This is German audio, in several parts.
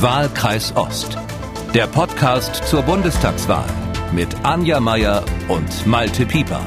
Wahlkreis Ost. Der Podcast zur Bundestagswahl mit Anja Meier und Malte Pieper.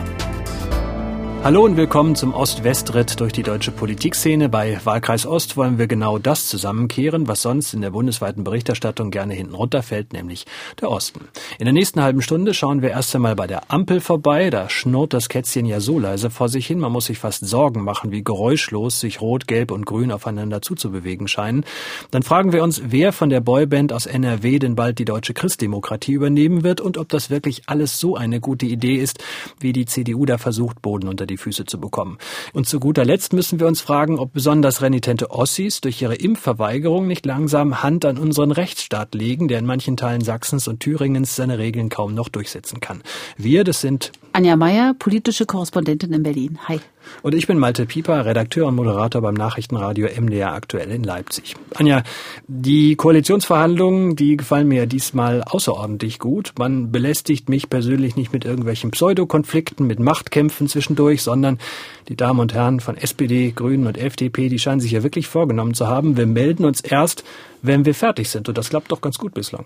Hallo und willkommen zum Ost-West-Ritt durch die deutsche Politikszene. Bei Wahlkreis Ost wollen wir genau das zusammenkehren, was sonst in der bundesweiten Berichterstattung gerne hinten runterfällt, nämlich der Osten. In der nächsten halben Stunde schauen wir erst einmal bei der Ampel vorbei. Da schnurrt das Kätzchen ja so leise vor sich hin. Man muss sich fast Sorgen machen, wie geräuschlos sich Rot, Gelb und Grün aufeinander zuzubewegen scheinen. Dann fragen wir uns, wer von der Boyband aus NRW denn bald die deutsche Christdemokratie übernehmen wird und ob das wirklich alles so eine gute Idee ist, wie die CDU da versucht, Boden unter die Füße zu bekommen. Und zu guter Letzt müssen wir uns fragen, ob besonders renitente Ossis durch ihre Impfverweigerung nicht langsam Hand an unseren Rechtsstaat legen, der in manchen Teilen Sachsens und Thüringens seine Regeln kaum noch durchsetzen kann. Wir, das sind Anja Meier, politische Korrespondentin in Berlin. Hi. Und ich bin Malte Pieper, Redakteur und Moderator beim Nachrichtenradio MDR aktuell in Leipzig. Anja, die Koalitionsverhandlungen, die gefallen mir diesmal außerordentlich gut. Man belästigt mich persönlich nicht mit irgendwelchen Pseudokonflikten, mit Machtkämpfen zwischendurch, sondern die Damen und Herren von SPD, Grünen und FDP, die scheinen sich ja wirklich vorgenommen zu haben, wir melden uns erst, wenn wir fertig sind. Und das klappt doch ganz gut bislang.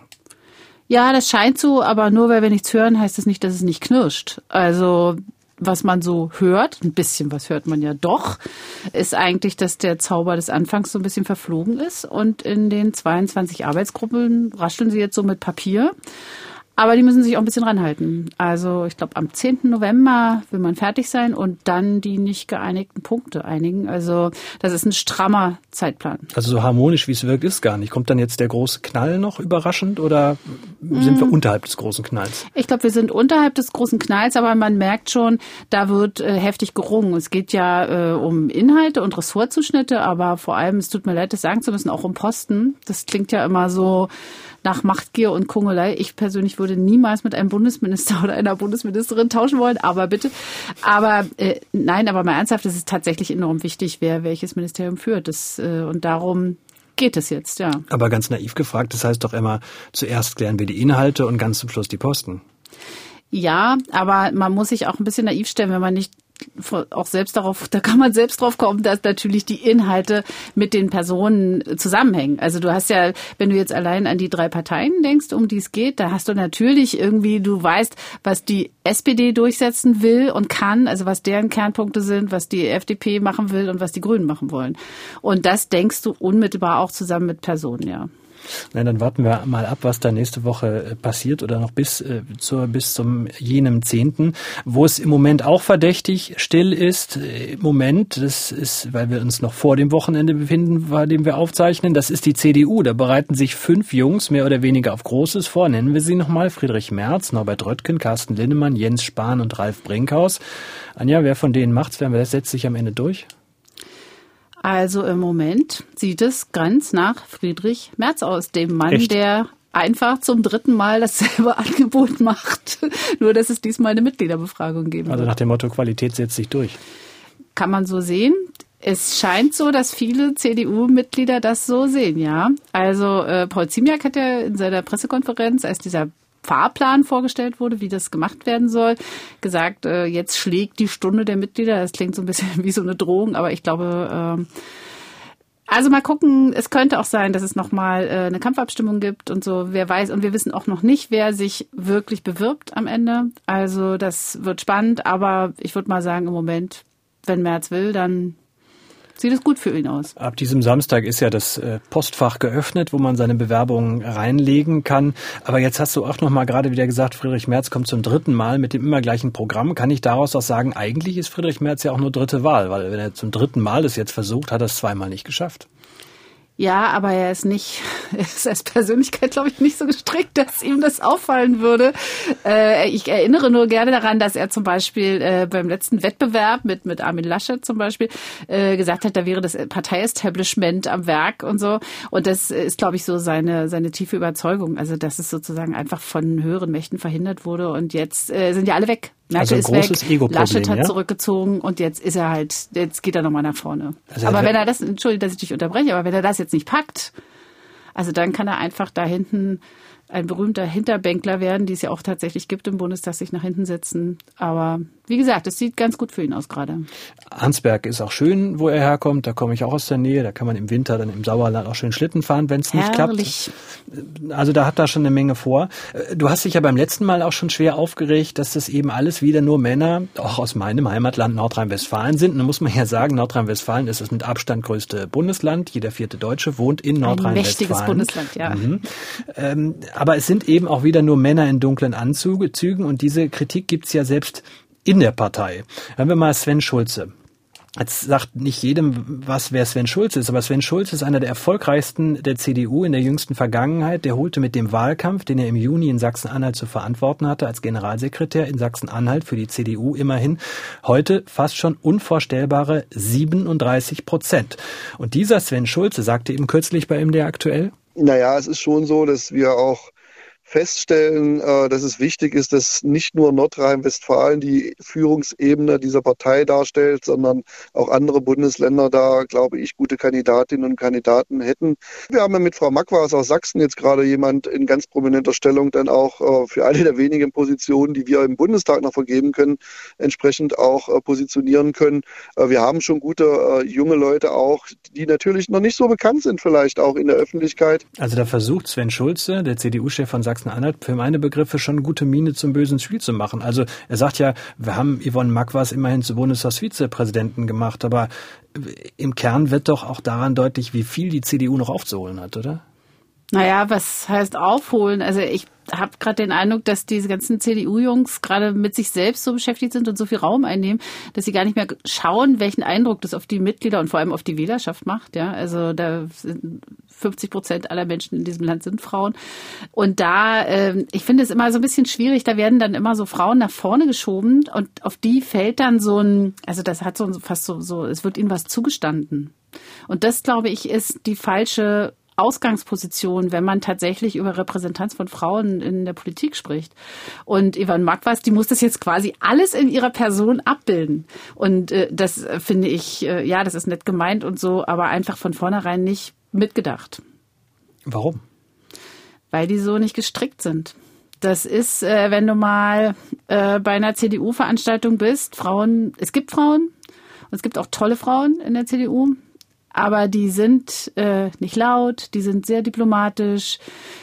Ja, das scheint so, aber nur weil wir nichts hören, heißt das nicht, dass es nicht knirscht. Also was man so hört, ein bisschen was hört man ja doch, ist eigentlich, dass der Zauber des Anfangs so ein bisschen verflogen ist. Und in den 22 Arbeitsgruppen rascheln sie jetzt so mit Papier. Aber die müssen sich auch ein bisschen ranhalten. Also ich glaube, am 10. November will man fertig sein und dann die nicht geeinigten Punkte einigen. Also das ist ein strammer Zeitplan. Also so harmonisch, wie es wirkt, ist gar nicht. Kommt dann jetzt der große Knall noch überraschend oder sind wir unterhalb des großen Knalls? Ich glaube, wir sind unterhalb des großen Knalls, aber man merkt schon, da wird heftig gerungen. Es geht ja um Inhalte und Ressortzuschnitte, aber vor allem, es tut mir leid, das sagen zu müssen, auch um Posten. Das klingt ja immer so nach Machtgier und Kungelei. Ich persönlich würde niemals mit einem Bundesminister oder einer Bundesministerin tauschen wollen, aber bitte. Aber nein, aber mal ernsthaft, es ist tatsächlich enorm wichtig, wer welches Ministerium führt. Und darum geht es jetzt, ja. Aber ganz naiv gefragt, das heißt doch immer, zuerst klären wir die Inhalte und ganz zum Schluss die Posten. Ja, aber man muss sich auch ein bisschen naiv stellen, wenn man nicht auch selbst darauf, da kann man selbst drauf kommen, dass natürlich die Inhalte mit den Personen zusammenhängen. Also du hast ja, wenn du jetzt allein an die 3 Parteien denkst, um die es geht, da hast du natürlich irgendwie, du weißt, was die SPD durchsetzen will und kann, also was deren Kernpunkte sind, was die FDP machen will und was die Grünen machen wollen. Und das denkst du unmittelbar auch zusammen mit Personen, ja. Na, dann warten wir mal ab, was da nächste Woche passiert oder noch bis zum jenem 10., wo es im Moment auch verdächtig still ist. Im Moment, das ist, weil wir uns noch vor dem Wochenende befinden, bei dem wir aufzeichnen, das ist die CDU. Da bereiten sich 5 Jungs mehr oder weniger auf Großes vor. Nennen wir sie nochmal: Friedrich Merz, Norbert Röttgen, Carsten Linnemann, Jens Spahn und Ralf Brinkhaus. Anja, wer von denen macht's? Das setzt sich am Ende durch? Also im Moment sieht es ganz nach Friedrich Merz aus, dem Mann, Echt? Der einfach zum 3. Mal dasselbe Angebot macht. Nur, dass es diesmal eine Mitgliederbefragung geben wird. Also nach dem Motto, Qualität setzt sich durch. Kann man so sehen. Es scheint so, dass viele CDU-Mitglieder das so sehen, ja. Also Paul Ziemiak hat ja in seiner Pressekonferenz, als dieser Fahrplan vorgestellt wurde, wie das gemacht werden soll, gesagt, jetzt schlägt die Stunde der Mitglieder. Das klingt so ein bisschen wie so eine Drohung, aber ich glaube, also mal gucken, es könnte auch sein, dass es nochmal eine Kampfabstimmung gibt und so, wer weiß. Und wir wissen auch noch nicht, wer sich wirklich bewirbt am Ende. Also das wird spannend, aber ich würde mal sagen, im Moment, wenn Merz will, dann sieht es gut für ihn aus. Ab diesem Samstag ist ja das Postfach geöffnet, wo man seine Bewerbungen reinlegen kann. Aber jetzt hast du auch noch mal gerade wieder gesagt, Friedrich Merz kommt zum 3. Mal mit dem immer gleichen Programm. Kann ich daraus auch sagen, eigentlich ist Friedrich Merz ja auch nur 3. Wahl, weil wenn er zum 3. Mal das jetzt versucht, hat er es 2-mal nicht geschafft. Ja, aber er ist als Persönlichkeit, glaube ich, nicht so gestrickt, dass ihm das auffallen würde. Ich erinnere nur gerne daran, dass er zum Beispiel beim letzten Wettbewerb mit Armin Laschet zum Beispiel gesagt hat, da wäre das Partei-Establishment am Werk und so. Und das ist, glaube ich, so seine tiefe Überzeugung. Also, dass es sozusagen einfach von höheren Mächten verhindert wurde und jetzt sind ja alle weg. Merkel ist weg, Laschet hat zurückgezogen und jetzt geht er nochmal nach vorne. Also aber wenn er das, entschuldige, dass ich dich unterbreche, aber wenn er das jetzt nicht packt, also dann kann er einfach da hinten ein berühmter Hinterbänkler werden, die es ja auch tatsächlich gibt im Bundestag, sich nach hinten setzen. Aber wie gesagt, es sieht ganz gut für ihn aus gerade. Arnsberg ist auch schön, wo er herkommt. Da komme ich auch aus der Nähe. Da kann man im Winter dann im Sauerland auch schön Schlitten fahren, wenn es nicht klappt. Also da hat er schon eine Menge vor. Du hast dich ja beim letzten Mal auch schon schwer aufgeregt, dass das eben alles wieder nur Männer, auch aus meinem Heimatland Nordrhein-Westfalen sind. Und da muss man ja sagen, Nordrhein-Westfalen ist das mit Abstand größte Bundesland. Jeder 4. Deutsche wohnt in Nordrhein-Westfalen. Ein mächtiges Bundesland, ja. Aber es sind eben auch wieder nur Männer in dunklen Anzügen und diese Kritik gibt's ja selbst in der Partei. Hören wir mal Sven Schulze. Jetzt sagt nicht jedem wer Sven Schulze ist, aber Sven Schulze ist einer der erfolgreichsten der CDU in der jüngsten Vergangenheit. Der holte mit dem Wahlkampf, den er im Juni in Sachsen-Anhalt zu verantworten hatte, als Generalsekretär in Sachsen-Anhalt für die CDU immerhin heute fast schon unvorstellbare 37%. Und dieser Sven Schulze sagte eben kürzlich bei MDR aktuell: Naja, es ist schon so, dass wir auch feststellen, dass es wichtig ist, dass nicht nur Nordrhein-Westfalen die Führungsebene dieser Partei darstellt, sondern auch andere Bundesländer da, glaube ich, gute Kandidatinnen und Kandidaten hätten. Wir haben ja mit Frau Magwas aus Sachsen jetzt gerade jemand in ganz prominenter Stellung dann auch für eine der wenigen Positionen, die wir im Bundestag noch vergeben können, entsprechend auch positionieren können. Wir haben schon gute junge Leute auch, die natürlich noch nicht so bekannt sind, vielleicht auch in der Öffentlichkeit. Also da versucht Sven Schulze, der CDU-Chef von Sachsen-Anhalt, für meine Begriffe schon gute Miene zum bösen Spiel zu machen. Also er sagt ja, wir haben Yvonne Magwas immerhin zu Bundestagsvizepräsidenten gemacht, aber im Kern wird doch auch daran deutlich, wie viel die CDU noch aufzuholen hat, oder? Naja, was heißt aufholen? Also ich habe gerade den Eindruck, dass diese ganzen CDU-Jungs gerade mit sich selbst so beschäftigt sind und so viel Raum einnehmen, dass sie gar nicht mehr schauen, welchen Eindruck das auf die Mitglieder und vor allem auf die Wählerschaft macht. Ja, also da sind 50% aller Menschen in diesem Land sind Frauen. Und da, ich finde es immer so ein bisschen schwierig, da werden dann immer so Frauen nach vorne geschoben und auf die fällt dann so ein, also das hat so fast so, es wird ihnen was zugestanden. Und das, glaube ich, ist die falsche Ausgangsposition, wenn man tatsächlich über Repräsentanz von Frauen in der Politik spricht. Und Yvonne Magwas, die muss das jetzt quasi alles in ihrer Person abbilden. Und das finde ich, ja, das ist nett gemeint und so, aber einfach von vornherein nicht mitgedacht. Warum? Weil die so nicht gestrickt sind. Das ist, wenn du mal bei einer CDU-Veranstaltung bist, es gibt Frauen und es gibt auch tolle Frauen in der CDU. Aber die sind nicht laut, die sind sehr diplomatisch,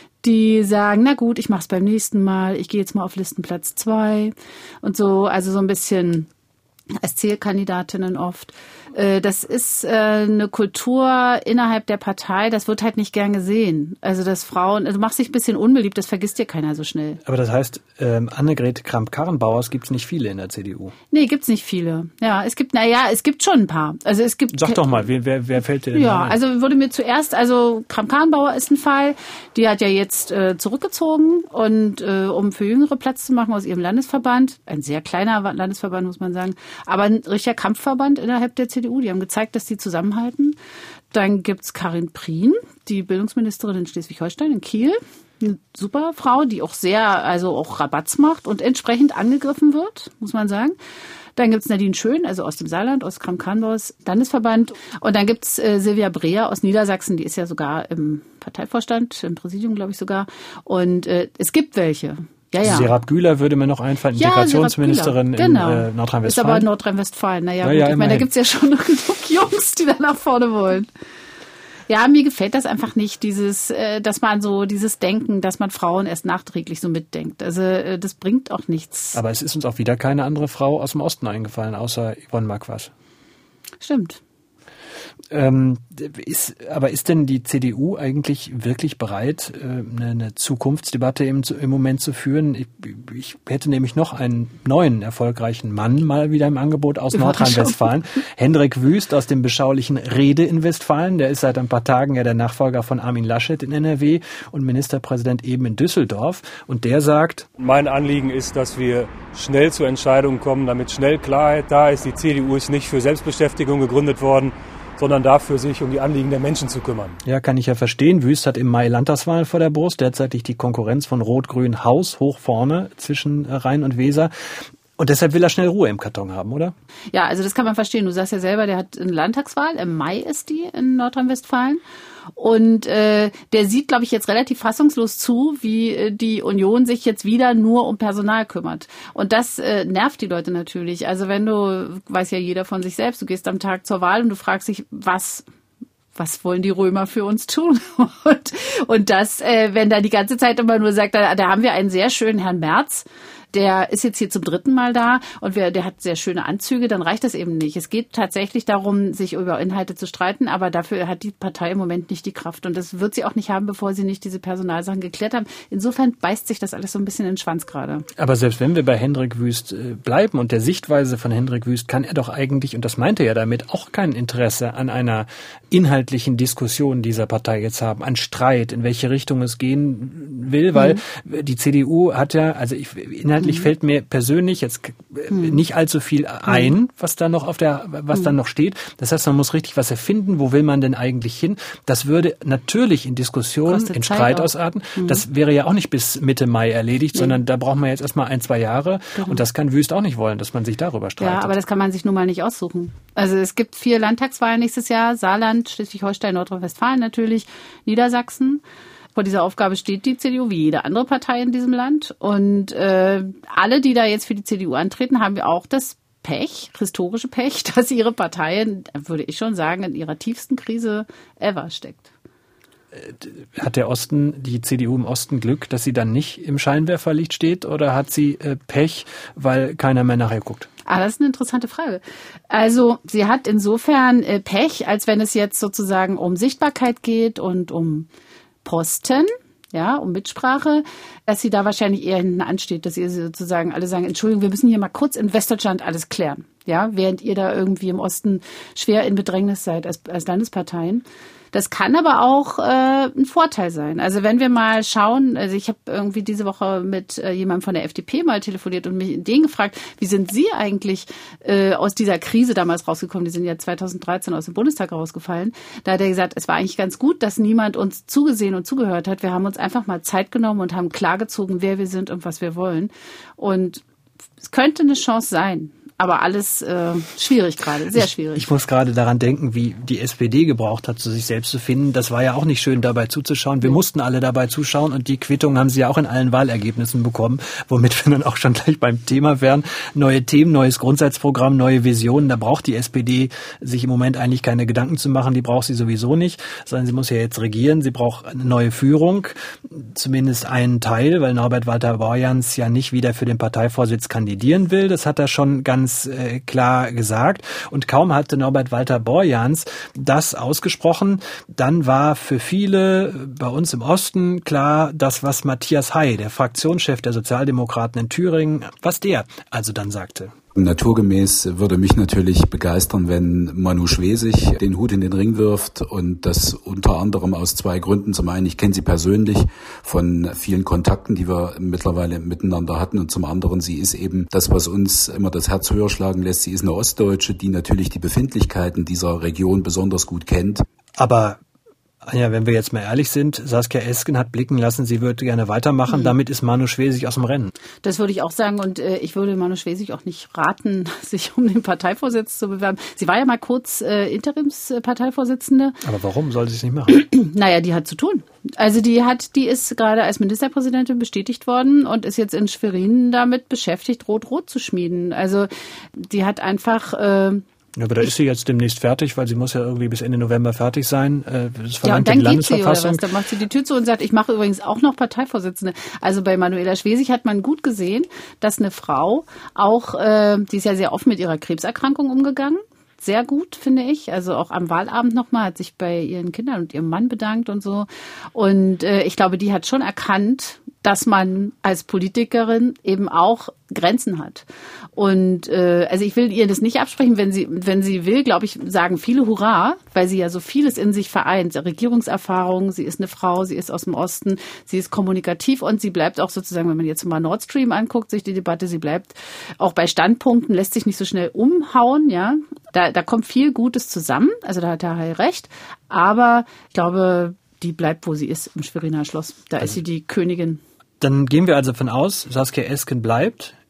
die sagen, na gut, ich mach's beim nächsten Mal, ich gehe jetzt mal auf Listenplatz 2 und so, also so ein bisschen als Zielkandidatinnen oft. Das ist eine Kultur innerhalb der Partei, das wird halt nicht gern gesehen. Also dass Frauen, du machst dich ein bisschen unbeliebt, das vergisst dir keiner so schnell. Aber das heißt, Annegret Kramp-Karrenbauers gibt's nicht viele in der CDU? Nee, gibt's nicht viele. Ja, es gibt schon ein paar. Also es gibt. Sag doch mal, wer fällt dir denn Ja, ein? also wurde mir zuerst, Kramp-Karrenbauer ist ein Fall, die hat ja jetzt zurückgezogen und um für Jüngere Platz zu machen aus ihrem Landesverband, ein sehr kleiner Landesverband, muss man sagen, aber ein richtiger Kampfverband innerhalb der CDU. Die haben gezeigt, dass die zusammenhalten. Dann gibt's Karin Prien, die Bildungsministerin in Schleswig-Holstein, in Kiel. Eine super Frau, die auch auch Rabatz macht und entsprechend angegriffen wird, muss man sagen. Dann gibt's Nadine Schön, also aus dem Saarland, aus Kramp-Karrenbauers Landesverband. Und dann gibt's Silvia Breer aus Niedersachsen, die ist ja sogar im Parteivorstand, im Präsidium, glaube ich sogar. Und es gibt welche. Ja, ja. Serap Güler würde mir noch einfallen, Integrationsministerin in Nordrhein-Westfalen. Ist aber Nordrhein-Westfalen. Naja, gut, ich meine, da gibt's ja schon noch genug Jungs, die da nach vorne wollen. Ja, mir gefällt das einfach nicht, dass man so dieses Denken, dass man Frauen erst nachträglich so mitdenkt. Also das bringt auch nichts. Aber es ist uns auch wieder keine andere Frau aus dem Osten eingefallen, außer Yvonne Magwas. Stimmt. Ist denn die CDU eigentlich wirklich bereit, eine Zukunftsdebatte im Moment zu führen? Ich hätte nämlich noch einen neuen erfolgreichen Mann mal wieder im Angebot aus Nordrhein-Westfalen. Hendrik Wüst aus dem beschaulichen Rede in Westfalen. Der ist seit ein paar Tagen ja der Nachfolger von Armin Laschet in NRW und Ministerpräsident eben in Düsseldorf. Und der sagt: Mein Anliegen ist, dass wir schnell zu Entscheidungen kommen, damit schnell Klarheit da ist. Die CDU ist nicht für Selbstbeschäftigung gegründet worden, sondern dafür, sich um die Anliegen der Menschen zu kümmern. Ja, kann ich ja verstehen. Wüst hat im Mai Landtagswahlen vor der Brust. Derzeit liegt die Konkurrenz von Rot-Grün haushoch vorne zwischen Rhein und Weser. Und deshalb will er schnell Ruhe im Karton haben, oder? Ja, also das kann man verstehen. Du sagst ja selber, der hat eine Landtagswahl, im Mai ist die in Nordrhein-Westfalen. Und der sieht, glaube ich, jetzt relativ fassungslos zu, wie die Union sich jetzt wieder nur um Personal kümmert. Und das nervt die Leute natürlich. Also wenn du, weiß ja jeder von sich selbst, du gehst am Tag zur Wahl und du fragst dich, was wollen die Römer für uns tun? Und das, wenn da die ganze Zeit immer nur sagt, da haben wir einen sehr schönen Herrn Merz, der ist jetzt hier zum 3. Mal da und der hat sehr schöne Anzüge, dann reicht das eben nicht. Es geht tatsächlich darum, sich über Inhalte zu streiten, aber dafür hat die Partei im Moment nicht die Kraft. Und das wird sie auch nicht haben, bevor sie nicht diese Personalsachen geklärt haben. Insofern beißt sich das alles so ein bisschen in den Schwanz gerade. Aber selbst wenn wir bei Hendrik Wüst bleiben und der Sichtweise von Hendrik Wüst, kann er doch eigentlich, und das meinte er damit, auch kein Interesse an einer inhaltlichen Diskussion dieser Partei jetzt haben, an Streit, in welche Richtung es gehen will, weil die CDU hat ja, also inhaltlich fällt mir persönlich jetzt nicht allzu viel ein, was da noch was dann noch steht. Das heißt, man muss richtig was erfinden. Wo will man denn eigentlich hin? Das würde natürlich in Diskussionen, in Streit ausarten. Das wäre ja auch nicht bis Mitte Mai erledigt, sondern da braucht man jetzt erstmal 1-2 Jahre. Und das kann Wüst auch nicht wollen, dass man sich darüber streitet. Ja, aber das kann man sich nun mal nicht aussuchen. Also es gibt 4 Landtagswahlen nächstes Jahr. Saarland, Schleswig-Holstein, Nordrhein-Westfalen natürlich, Niedersachsen. Vor dieser Aufgabe steht die CDU, wie jede andere Partei in diesem Land. Und alle, die da jetzt für die CDU antreten, haben ja auch das Pech, historische Pech, dass ihre Partei, würde ich schon sagen, in ihrer tiefsten Krise ever steckt. Hat die CDU im Osten Glück, dass sie dann nicht im Scheinwerferlicht steht, oder hat sie Pech, weil keiner mehr nachher guckt? Das ist eine interessante Frage. Also sie hat insofern Pech, als wenn es jetzt sozusagen um Sichtbarkeit geht und um Posten, ja, um Mitsprache, dass sie da wahrscheinlich eher hinten ansteht, dass ihr sozusagen alle sagen, Entschuldigung, wir müssen hier mal kurz in Westdeutschland alles klären, ja, während ihr da irgendwie im Osten schwer in Bedrängnis seid als Landesparteien. Das kann aber auch ein Vorteil sein. Also wenn wir mal schauen, also ich habe irgendwie diese Woche mit jemandem von der FDP mal telefoniert und mich den gefragt, wie sind Sie eigentlich aus dieser Krise damals rausgekommen? Die sind ja 2013 aus dem Bundestag rausgefallen. Da hat er gesagt, es war eigentlich ganz gut, dass niemand uns zugesehen und zugehört hat. Wir haben uns einfach mal Zeit genommen und haben klargezogen, wer wir sind und was wir wollen. Und es könnte eine Chance sein. Aber alles schwierig gerade, sehr schwierig. Ich muss gerade daran denken, wie die SPD gebraucht hat, zu sich selbst zu finden. Das war ja auch nicht schön, dabei zuzuschauen. Wir mussten alle dabei zuschauen und die Quittung haben sie ja auch in allen Wahlergebnissen bekommen, womit wir dann auch schon gleich beim Thema wären. Neue Themen, neues Grundsatzprogramm, neue Visionen. Da braucht die SPD sich im Moment eigentlich keine Gedanken zu machen. Die braucht sie sowieso nicht, sondern sie muss ja jetzt regieren. Sie braucht eine neue Führung, zumindest einen Teil, weil Norbert Walter-Borjans ja nicht wieder für den Parteivorsitz kandidieren will. Das hat er schon ganz klar gesagt. Und kaum hatte Norbert Walter-Borjans das ausgesprochen, dann war für viele bei uns im Osten klar, das, was Matthias Hay, der Fraktionschef der Sozialdemokraten in Thüringen, was der also dann sagte. Naturgemäß würde mich natürlich begeistern, wenn Manu Schwesig den Hut in den Ring wirft, und das unter anderem aus 2 Gründen. Zum einen, ich kenne sie persönlich von vielen Kontakten, die wir mittlerweile miteinander hatten, und zum anderen, sie ist eben das, was uns immer das Herz höher schlagen lässt. Sie ist eine Ostdeutsche, die natürlich die Befindlichkeiten dieser Region besonders gut kennt. Aber ja, wenn wir jetzt mal ehrlich sind, Saskia Esken hat blicken lassen, sie würde gerne weitermachen. Damit ist Manu Schwesig aus dem Rennen. Das würde ich auch sagen, und ich würde Manu Schwesig auch nicht raten, sich um den Parteivorsitz zu bewerben. Sie war ja mal kurz Interimsparteivorsitzende. Aber warum soll sie es nicht machen? Naja, die hat zu tun. Also die ist gerade als Ministerpräsidentin bestätigt worden und ist jetzt in Schwerin damit beschäftigt, Rot-Rot zu schmieden. Also die hat einfach... Ja, aber da ist sie jetzt demnächst fertig, weil sie muss ja irgendwie bis Ende November fertig sein. Das ja, und dann geht sie oder was? Dann macht sie die Tür zu und sagt, ich mache übrigens auch noch Parteivorsitzende. Also bei Manuela Schwesig hat man gut gesehen, dass eine Frau auch, die ist ja sehr offen mit ihrer Krebserkrankung umgegangen. Sehr gut, finde ich. Also auch am Wahlabend nochmal, hat sich bei ihren Kindern und ihrem Mann bedankt und so. Und ich glaube, die hat schon erkannt, dass man als Politikerin eben auch Grenzen hat. Und also ich will ihr das nicht absprechen, wenn sie will, glaube ich, sagen viele Hurra, weil sie ja so vieles in sich vereint. Regierungserfahrung, sie ist eine Frau, sie ist aus dem Osten, sie ist kommunikativ und sie bleibt auch sozusagen, wenn man jetzt mal Nord Stream anguckt, sich die Debatte, sie bleibt auch bei Standpunkten, lässt sich nicht so schnell umhauen, ja. Da kommt viel Gutes zusammen, also da hat Herr Hay recht, aber ich glaube, die bleibt, wo sie ist, im Schweriner Schloss. Da ist sie die Königin. Dann gehen wir also von aus, Saskia Esken bleibt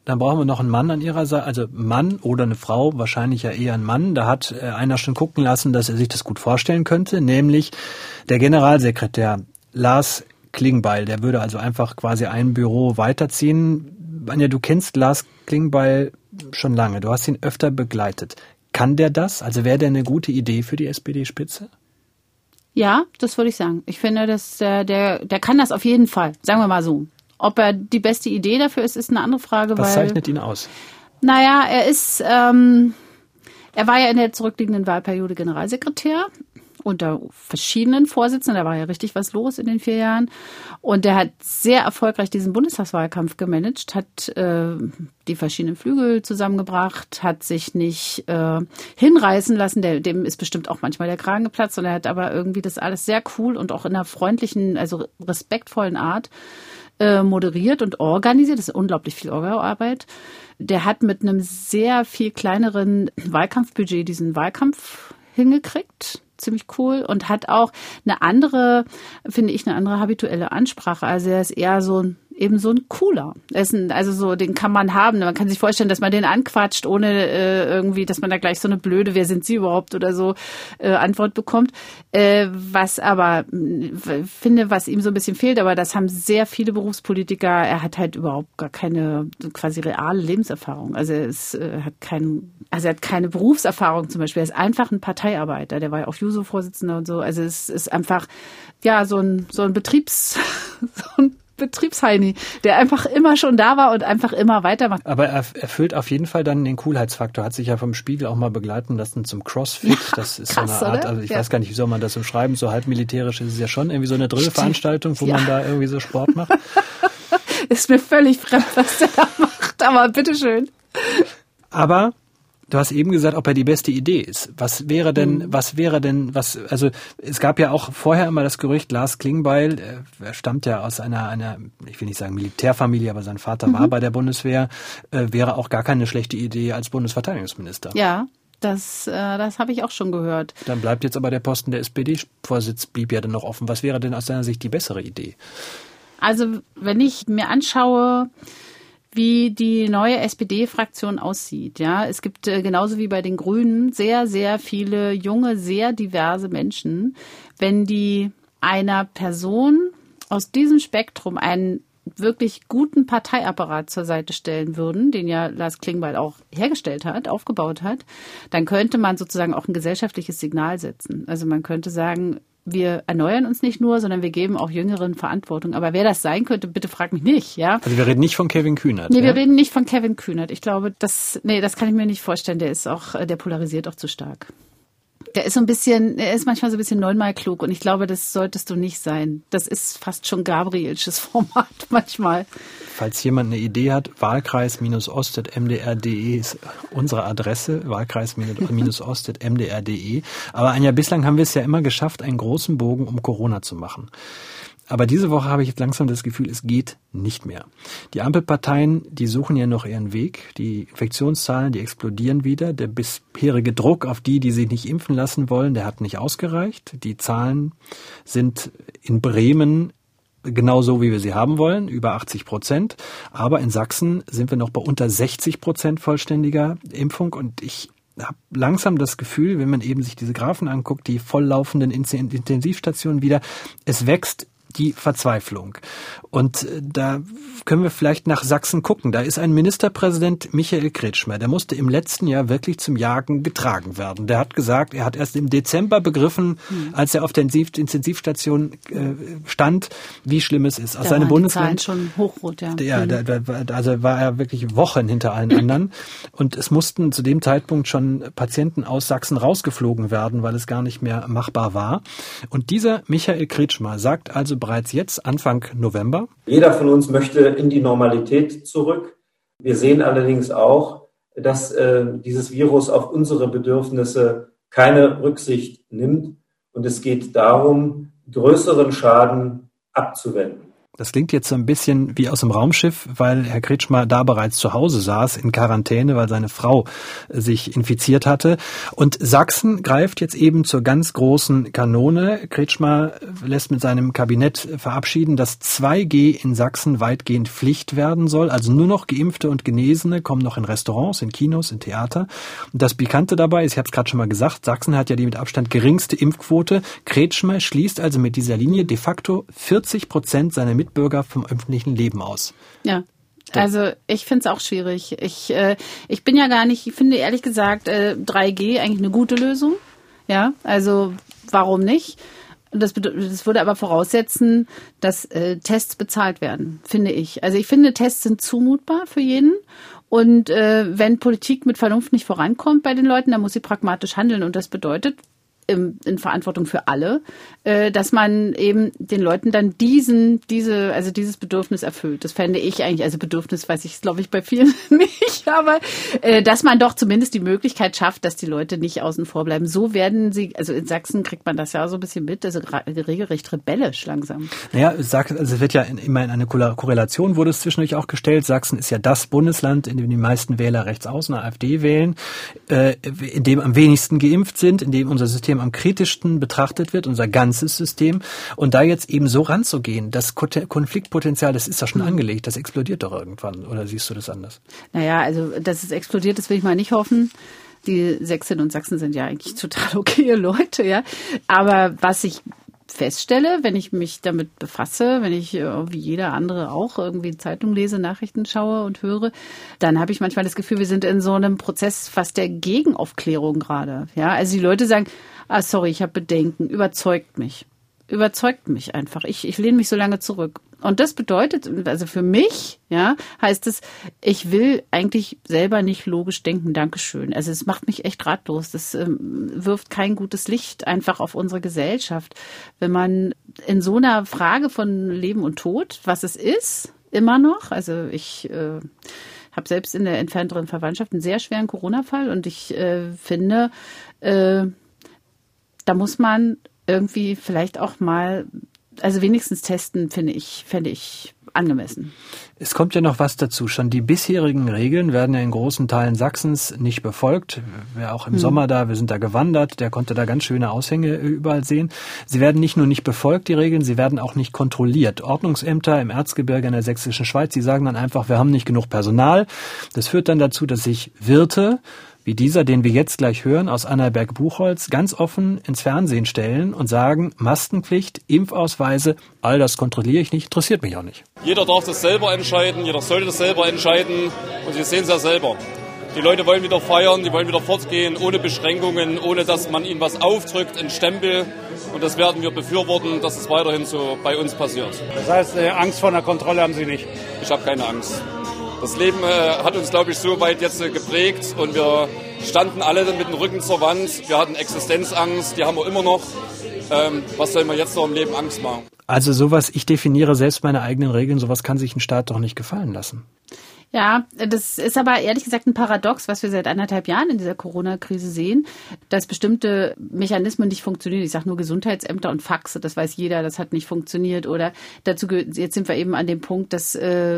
Dann brauchen wir noch einen Mann an ihrer Seite, also Mann oder eine Frau, wahrscheinlich ja eher ein Mann. Da hat einer schon gucken lassen, dass er sich das gut vorstellen könnte, nämlich der Generalsekretär Lars Klingbeil. Der würde also einfach quasi ein Büro weiterziehen. Anja, du kennst Lars Klingbeil schon lange, du hast ihn öfter begleitet. Kann der das? Also wäre der eine gute Idee für die SPD-Spitze? Ja, das würde ich sagen. Ich finde, dass der kann das auf jeden Fall, sagen wir mal so. Ob er die beste Idee dafür ist eine andere Frage. Was zeichnet ihn aus? Naja, er war ja in der zurückliegenden Wahlperiode Generalsekretär unter verschiedenen Vorsitzenden. Da war ja richtig was los in den 4 Jahren. Und der hat sehr erfolgreich diesen Bundestagswahlkampf gemanagt, hat die verschiedenen Flügel zusammengebracht, hat sich nicht hinreißen lassen. Dem ist bestimmt auch manchmal der Kragen geplatzt. Und er hat aber irgendwie das alles sehr cool und auch in einer freundlichen, also respektvollen Art moderiert und organisiert. Das ist unglaublich viel Orga-Arbeit. Der hat mit einem sehr viel kleineren Wahlkampfbudget diesen Wahlkampf hingekriegt. Ziemlich cool. Und hat auch eine andere habituelle Ansprache. Also er ist eher so ein Cooler. Den kann man haben. Man kann sich vorstellen, dass man den anquatscht, ohne irgendwie, dass man da gleich so eine blöde, wer sind Sie überhaupt oder so Antwort bekommt. Was ihm so ein bisschen fehlt, aber das haben sehr viele Berufspolitiker. Er hat halt überhaupt gar keine quasi reale Lebenserfahrung. Also er hat keine Berufserfahrung zum Beispiel. Er ist einfach ein Parteiarbeiter. Der war ja auch Juso-Vorsitzender und so. Also es ist einfach, ja, so ein Betriebsheini, der einfach immer schon da war und einfach immer weitermacht. Aber er erfüllt auf jeden Fall dann den Coolheitsfaktor. Hat sich ja vom Spiegel auch mal begleiten lassen zum CrossFit. Ja, das ist krass, so eine Art, also ich weiß gar nicht, wie soll man das so schreiben, so halb militärisch ist es ja schon irgendwie so eine Drillveranstaltung, wo man da irgendwie so Sport macht. Ist mir völlig fremd, was der da macht, aber bitteschön. Aber du hast eben gesagt, ob er die beste Idee ist. Also es gab ja auch vorher immer das Gerücht, Lars Klingbeil, er stammt ja aus einer, ich will nicht sagen Militärfamilie, aber sein Vater war bei der Bundeswehr, wäre auch gar keine schlechte Idee als Bundesverteidigungsminister. Ja, das habe ich auch schon gehört. Dann bleibt jetzt aber der Posten der SPD-Vorsitz, blieb ja dann noch offen. Was wäre denn aus deiner Sicht die bessere Idee? Also wenn ich mir anschaue, wie die neue SPD-Fraktion aussieht. Ja, es gibt genauso wie bei den Grünen sehr, sehr viele junge, sehr diverse Menschen. Wenn die einer Person aus diesem Spektrum einen wirklich guten Parteiapparat zur Seite stellen würden, den ja Lars Klingbeil auch hergestellt hat, aufgebaut hat, dann könnte man sozusagen auch ein gesellschaftliches Signal setzen. Also man könnte sagen, wir erneuern uns nicht nur, sondern wir geben auch Jüngeren Verantwortung. Aber wer das sein könnte, bitte frag mich nicht, ja? Also wir reden nicht von Kevin Kühnert. Nee, wir reden nicht von Kevin Kühnert. Ich glaube, das kann ich mir nicht vorstellen. Der polarisiert auch zu stark. Er ist manchmal so ein bisschen neunmal klug und ich glaube, das solltest du nicht sein. Das ist fast schon Gabrielsches Format manchmal. Falls jemand eine Idee hat, wahlkreis-ost@mdr.de ist unsere Adresse, wahlkreis-ost@mdr.de. Aber Anja, bislang haben wir es ja immer geschafft, einen großen Bogen um Corona zu machen. Aber diese Woche habe ich jetzt langsam das Gefühl, es geht nicht mehr. Die Ampelparteien, die suchen ja noch ihren Weg. Die Infektionszahlen, die explodieren wieder. Der bisherige Druck auf die sich nicht impfen lassen wollen, der hat nicht ausgereicht. Die Zahlen sind in Bremen genau so, wie wir sie haben wollen, über 80%. Aber in Sachsen sind wir noch bei unter 60% vollständiger Impfung. Und ich habe langsam das Gefühl, wenn man eben sich diese Graphen anguckt, die volllaufenden Intensivstationen wieder, es wächst die Verzweiflung. Und da können wir vielleicht nach Sachsen gucken. Da ist ein Ministerpräsident, Michael Kretschmer, der musste im letzten Jahr wirklich zum Jagen getragen werden. Der hat gesagt, er hat erst im Dezember begriffen, als er auf der Intensivstation stand, wie schlimm es ist. Aus seinem Bundesland schon hochrot, ja. Also war er wirklich Wochen hinter allen anderen. Und es mussten zu dem Zeitpunkt schon Patienten aus Sachsen rausgeflogen werden, weil es gar nicht mehr machbar war. Und dieser Michael Kretschmer sagt also bereits jetzt, Anfang November: Jeder von uns möchte in die Normalität zurück. Wir sehen allerdings auch, dass dieses Virus auf unsere Bedürfnisse keine Rücksicht nimmt. Und es geht darum, größeren Schaden abzuwenden. Das klingt jetzt so ein bisschen wie aus dem Raumschiff, weil Herr Kretschmer da bereits zu Hause saß, in Quarantäne, weil seine Frau sich infiziert hatte. Und Sachsen greift jetzt eben zur ganz großen Kanone. Kretschmer lässt mit seinem Kabinett verabschieden, dass 2G in Sachsen weitgehend Pflicht werden soll. Also nur noch Geimpfte und Genesene kommen noch in Restaurants, in Kinos, in Theater. Und das Pikante dabei ist, ich habe es gerade schon mal gesagt, Sachsen hat ja die mit Abstand geringste Impfquote. Kretschmer schließt also mit dieser Linie de facto 40% seiner Mitbürger vom öffentlichen Leben aus. Ja. Also ich finde es auch schwierig. Ich bin ja gar nicht, ich finde ehrlich gesagt 3G eigentlich eine gute Lösung. Ja, also warum nicht? Das würde aber voraussetzen, dass Tests bezahlt werden, finde ich. Also ich finde, Tests sind zumutbar für jeden. Und wenn Politik mit Vernunft nicht vorankommt bei den Leuten, dann muss sie pragmatisch handeln. Und das bedeutet, in Verantwortung für alle, dass man eben den Leuten dann dieses Bedürfnis erfüllt. Das fände ich eigentlich, also Bedürfnis weiß ich, glaube ich, bei vielen nicht, aber dass man doch zumindest die Möglichkeit schafft, dass die Leute nicht außen vor bleiben. So werden sie, also in Sachsen kriegt man das ja so ein bisschen mit, also regelrecht rebellisch langsam. Naja, es wird ja immer in eine Korrelation, wurde es zwischendurch auch gestellt. Sachsen ist ja das Bundesland, in dem die meisten Wähler rechts außen AfD wählen, in dem am wenigsten geimpft sind, in dem unser System am kritischsten betrachtet wird, unser ganzes System. Und da jetzt eben so ranzugehen, das Konfliktpotenzial, das ist ja schon angelegt, das explodiert doch irgendwann. Oder siehst du das anders? Naja, also dass es explodiert, das will ich mal nicht hoffen. Die Sächsinnen und Sachsen sind ja eigentlich total okaye Leute, ja. Aber was ich feststelle, wenn ich mich damit befasse, wenn ich wie jeder andere auch irgendwie Zeitung lese, Nachrichten schaue und höre, dann habe ich manchmal das Gefühl, wir sind in so einem Prozess fast der Gegenaufklärung gerade. Ja, also die Leute sagen, sorry, ich habe Bedenken, überzeugt mich einfach. Ich lehne mich so lange zurück. Und das bedeutet, also für mich, ja, heißt es, ich will eigentlich selber nicht logisch denken, Dankeschön. Also es macht mich echt ratlos. Das wirft kein gutes Licht einfach auf unsere Gesellschaft. Wenn man in so einer Frage von Leben und Tod, was es ist, immer noch, also ich habe selbst in der entfernteren Verwandtschaft einen sehr schweren Corona-Fall und ich finde, da muss man irgendwie vielleicht auch mal, also wenigstens testen, fände ich angemessen. Es kommt ja noch was dazu. Schon die bisherigen Regeln werden ja in großen Teilen Sachsens nicht befolgt. Wer auch im Sommer da, wir sind da gewandert, der konnte da ganz schöne Aushänge überall sehen. Sie werden nicht nur nicht befolgt, die Regeln, sie werden auch nicht kontrolliert. Ordnungsämter im Erzgebirge in der sächsischen Schweiz, die sagen dann einfach, wir haben nicht genug Personal. Das führt dann dazu, dass sich Wirte wie dieser, den wir jetzt gleich hören, aus Annaberg-Buchholz, ganz offen ins Fernsehen stellen und sagen, Maskenpflicht, Impfausweise, all das kontrolliere ich nicht, interessiert mich auch nicht. Jeder darf das selber entscheiden, jeder sollte das selber entscheiden und Sie sehen es ja selber. Die Leute wollen wieder feiern, die wollen wieder fortgehen, ohne Beschränkungen, ohne dass man ihnen was aufdrückt, einen Stempel. Und das werden wir befürworten, dass es weiterhin so bei uns passiert. Das heißt, Angst vor einer Kontrolle haben Sie nicht? Ich habe keine Angst. Das Leben hat uns, glaube ich, so weit jetzt geprägt und wir standen alle mit dem Rücken zur Wand. Wir hatten Existenzangst, die haben wir immer noch. Was soll man jetzt noch im Leben Angst machen? Also sowas, ich definiere selbst meine eigenen Regeln, sowas kann sich ein Staat doch nicht gefallen lassen. Ja, das ist aber ehrlich gesagt ein Paradox, was wir seit 1,5 Jahren in dieser Corona-Krise sehen, dass bestimmte Mechanismen nicht funktionieren. Ich sage nur Gesundheitsämter und Faxe, das weiß jeder, das hat nicht funktioniert. Oder dazu jetzt sind wir eben an dem Punkt, dass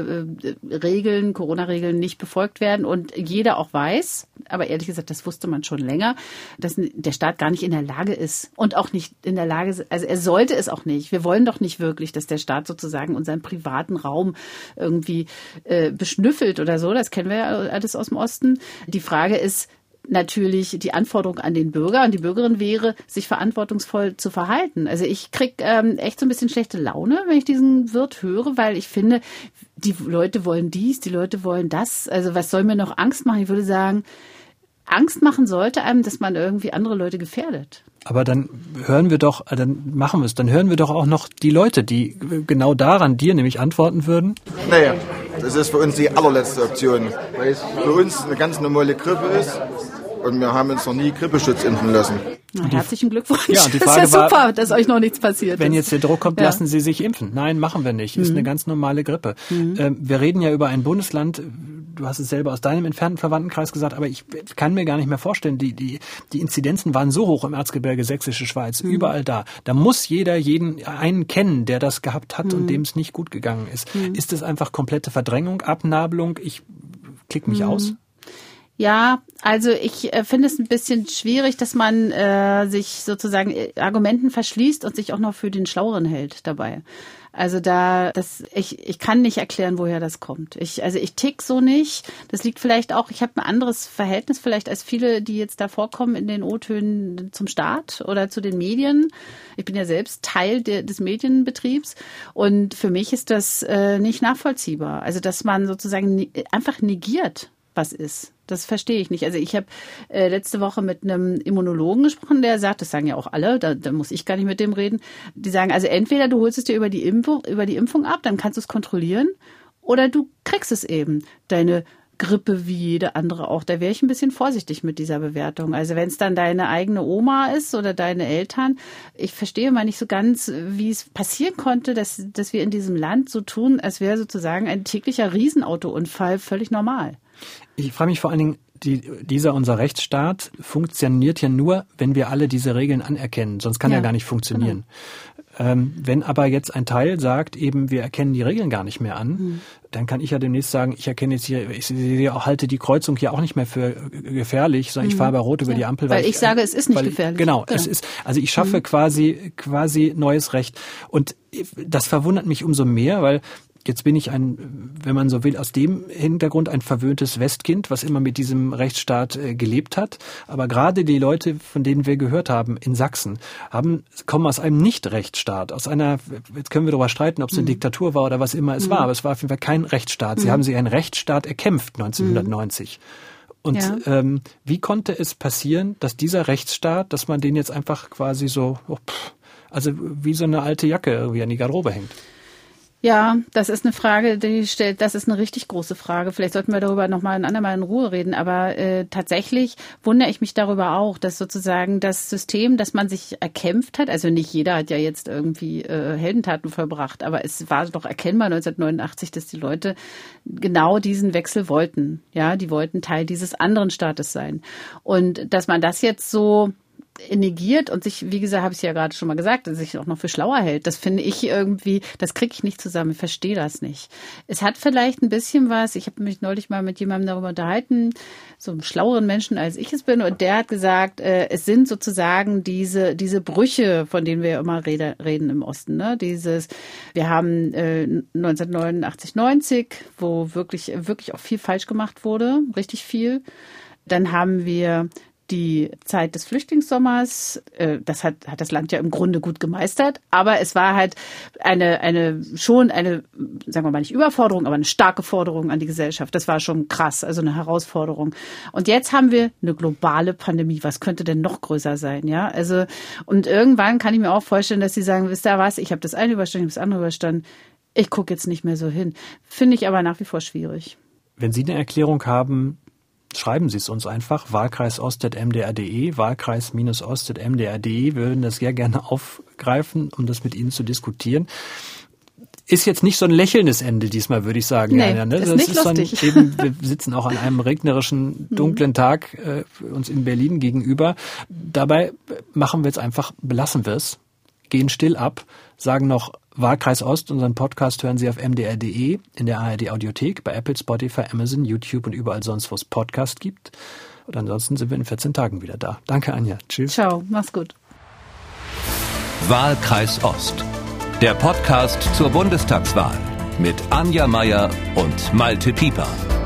Corona-Regeln nicht befolgt werden und jeder auch weiß, aber ehrlich gesagt, das wusste man schon länger, dass der Staat gar nicht in der Lage ist und auch nicht in der Lage, also er sollte es auch nicht. Wir wollen doch nicht wirklich, dass der Staat sozusagen unseren privaten Raum irgendwie beschnüffelt oder so, das kennen wir ja alles aus dem Osten. Die Frage ist natürlich die Anforderung an den Bürger und die Bürgerin wäre, sich verantwortungsvoll zu verhalten. Also ich krieg echt so ein bisschen schlechte Laune, wenn ich diesen Wirt höre, weil ich finde, die Leute wollen dies, die Leute wollen das. Also was soll mir noch Angst machen? Ich würde sagen, Angst machen sollte einem, dass man irgendwie andere Leute gefährdet. Aber dann hören wir doch auch noch die Leute, die genau daran dir nämlich antworten würden. Naja, das ist für uns die allerletzte Option, weil es für uns eine ganz normale Grippe ist und wir haben uns noch nie Grippeschutz impfen lassen. Na, herzlichen Glückwunsch. Ja, und die Frage das ist ja super, dass euch noch nichts passiert ist. Wenn jetzt der Druck kommt, lassen Sie sich impfen. Nein, machen wir nicht. Ist eine ganz normale Grippe. Wir reden ja über ein Bundesland, du hast es selber aus deinem entfernten Verwandtenkreis gesagt, aber ich kann mir gar nicht mehr vorstellen, die Inzidenzen waren so hoch im Erzgebirge, Sächsische Schweiz, überall da. Da muss jeder einen kennen, der das gehabt hat und dem es nicht gut gegangen ist. Ist es einfach komplette Verdrängung, Abnabelung? Ich klicke mich aus. Ja, also ich finde es ein bisschen schwierig, dass man sich sozusagen Argumenten verschließt und sich auch noch für den Schlaueren hält dabei. Also ich kann nicht erklären, woher das kommt. Ich tick so nicht. Das liegt vielleicht auch, ich habe ein anderes Verhältnis vielleicht als viele, die jetzt da vorkommen in den O-Tönen zum Staat oder zu den Medien. Ich bin ja selbst Teil des Medienbetriebs und für mich ist das nicht nachvollziehbar. Also dass man sozusagen einfach negiert, was ist. Das verstehe ich nicht. Also ich habe letzte Woche mit einem Immunologen gesprochen, der sagt, das sagen ja auch alle, da muss ich gar nicht mit dem reden, die sagen, also entweder du holst es dir über die Impfung ab, dann kannst du es kontrollieren, oder du kriegst es eben, deine Grippe wie jede andere auch. Da wäre ich ein bisschen vorsichtig mit dieser Bewertung. Also wenn es dann deine eigene Oma ist oder deine Eltern, ich verstehe mal nicht so ganz, wie es passieren konnte, dass wir in diesem Land so tun, als wäre sozusagen ein täglicher Riesenautounfall völlig normal. Ich frage mich vor allen Dingen, unser Rechtsstaat funktioniert ja nur, wenn wir alle diese Regeln anerkennen. Sonst kann er gar nicht funktionieren. Genau. Wenn aber jetzt ein Teil sagt, eben wir erkennen die Regeln gar nicht mehr an, dann kann ich ja demnächst sagen, ich erkenne jetzt hier, ich halte die Kreuzung hier auch nicht mehr für gefährlich, sondern ich fahre bei Rot über die Ampel. Weil ich sage, es ist nicht gefährlich. Genau, es ist, also ich schaffe quasi neues Recht. Und das verwundert mich umso mehr, weil jetzt bin ich wenn man so will, aus dem Hintergrund ein verwöhntes Westkind, was immer mit diesem Rechtsstaat gelebt hat. Aber gerade die Leute, von denen wir gehört haben in Sachsen, kommen aus einem Nicht-Rechtsstaat, jetzt können wir darüber streiten, ob es eine Diktatur war oder was immer es war, aber es war auf jeden Fall kein Rechtsstaat. Sie haben sich einen Rechtsstaat erkämpft 1990. Und wie konnte es passieren, dass dieser Rechtsstaat, dass man den jetzt einfach quasi so, also wie so eine alte Jacke irgendwie an die Garderobe hängt? Ja, das ist eine Frage, das ist eine richtig große Frage. Vielleicht sollten wir darüber nochmal ein andermal in Ruhe reden. Aber tatsächlich wundere ich mich darüber auch, dass sozusagen das System, das man sich erkämpft hat, also nicht jeder hat ja jetzt irgendwie Heldentaten vollbracht, aber es war doch erkennbar 1989, dass die Leute genau diesen Wechsel wollten. Ja, die wollten Teil dieses anderen Staates sein. Und dass man das jetzt so negiert und sich, wie gesagt, habe ich ja gerade schon mal gesagt, sich auch noch für schlauer hält. Das finde ich irgendwie, das kriege ich nicht zusammen. Ich verstehe das nicht. Es hat vielleicht ein bisschen was, ich habe mich neulich mal mit jemandem darüber unterhalten, so einem schlaueren Menschen, als ich es bin, und der hat gesagt, es sind sozusagen diese Brüche, von denen wir immer reden im Osten. Ne? Wir haben 1989, 90, wo wirklich auch viel falsch gemacht wurde, richtig viel. Dann haben wir die Zeit des Flüchtlingssommers, das hat das Land ja im Grunde gut gemeistert, aber es war halt eine, sagen wir mal nicht Überforderung, aber eine starke Forderung an die Gesellschaft. Das war schon krass, also eine Herausforderung. Und jetzt haben wir eine globale Pandemie. Was könnte denn noch größer sein, ja? Also, und irgendwann kann ich mir auch vorstellen, dass sie sagen, wisst ihr was, ich habe das eine überstanden, ich habe das andere überstanden. Ich gucke jetzt nicht mehr so hin. Finde ich aber nach wie vor schwierig. Wenn Sie eine Erklärung haben, schreiben Sie es uns einfach, wahlkreisost@mdr.de, wahlkreis-ost@mdr.de. Wir würden das sehr gerne aufgreifen, um das mit Ihnen zu diskutieren. Ist jetzt nicht so ein lächelndes Ende diesmal, würde ich sagen. Nee, ja, ne? das ist nicht lustig. Wir sitzen auch an einem regnerischen, dunklen Tag uns in Berlin gegenüber. Dabei belassen wir es, gehen still ab, sagen noch Wahlkreis Ost, unseren Podcast hören Sie auf mdr.de, in der ARD-Audiothek, bei Apple, Spotify, Amazon, YouTube und überall sonst, wo es Podcast gibt. Und ansonsten sind wir in 14 Tagen wieder da. Danke, Anja. Tschüss. Ciao, mach's gut. Wahlkreis Ost, der Podcast zur Bundestagswahl mit Anja Meier und Malte Pieper.